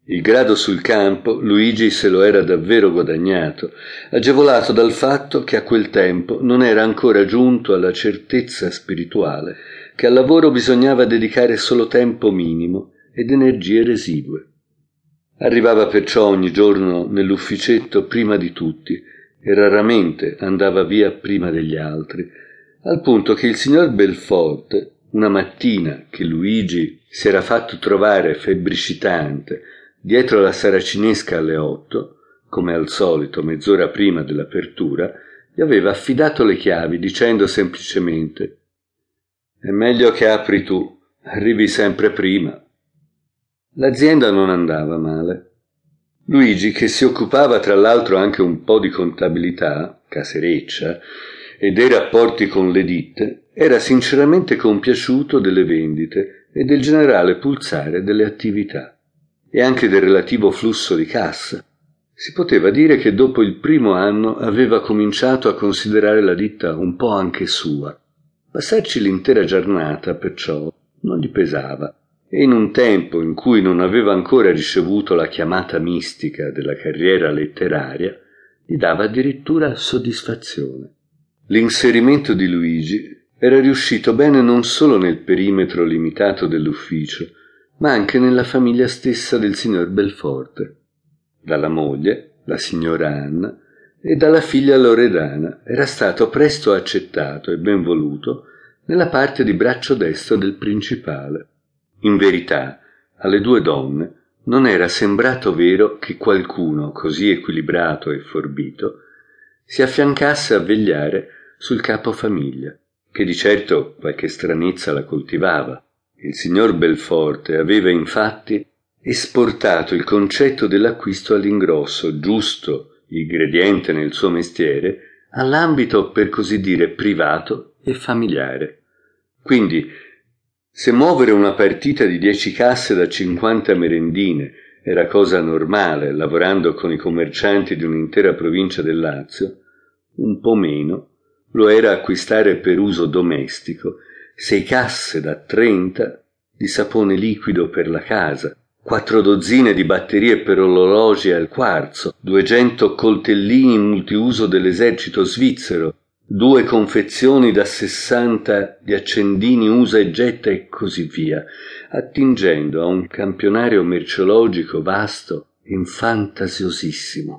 Il grado sul campo Luigi se lo era davvero guadagnato, agevolato dal fatto che a quel tempo non era ancora giunto alla certezza spirituale che al lavoro bisognava dedicare solo tempo minimo ed energie residue. Arrivava perciò ogni giorno nell'ufficetto prima di tutti e raramente andava via prima degli altri, al punto che il signor Belforte, una mattina che Luigi si era fatto trovare febbricitante dietro la saracinesca alle 8, come al solito mezz'ora prima dell'apertura, gli aveva affidato le chiavi dicendo semplicemente: «È meglio che apri tu, arrivi sempre prima». L'azienda non andava male. Luigi, che si occupava tra l'altro anche un po' di contabilità, casereccia, e dei rapporti con le ditte, era sinceramente compiaciuto delle vendite e del generale pulsare delle attività, e anche del relativo flusso di cassa. Si poteva dire che dopo il primo anno aveva cominciato a considerare la ditta un po' anche sua. Passarci l'intera giornata, perciò, non gli pesava, e in un tempo in cui non aveva ancora ricevuto la chiamata mistica della carriera letteraria, gli dava addirittura soddisfazione. L'inserimento di Luigi era riuscito bene non solo nel perimetro limitato dell'ufficio, ma anche nella famiglia stessa del signor Belforte. Dalla moglie, la signora Anna, e dalla figlia Loredana era stato presto accettato e ben voluto nella parte di braccio destro del principale. In verità, alle due donne non era sembrato vero che qualcuno così equilibrato e forbito si affiancasse a vegliare sul capofamiglia, che di certo qualche stranezza la coltivava. Il signor Belforte aveva infatti esportato il concetto dell'acquisto all'ingrosso, giusto ingrediente nel suo mestiere, all'ambito per così dire privato e familiare. Quindi, se muovere una partita di 10 casse da 50 merendine era cosa normale lavorando con i commercianti di un'intera provincia del Lazio, un po' meno lo era acquistare per uso domestico 6 casse da 30 di sapone liquido per la casa, 4 dozzine di batterie per orologi al quarzo, 200 coltellini multiuso dell'esercito svizzero, 2 confezioni da 60 di accendini usa e getta e così via, attingendo a un campionario merceologico vasto e fantasiosissimo.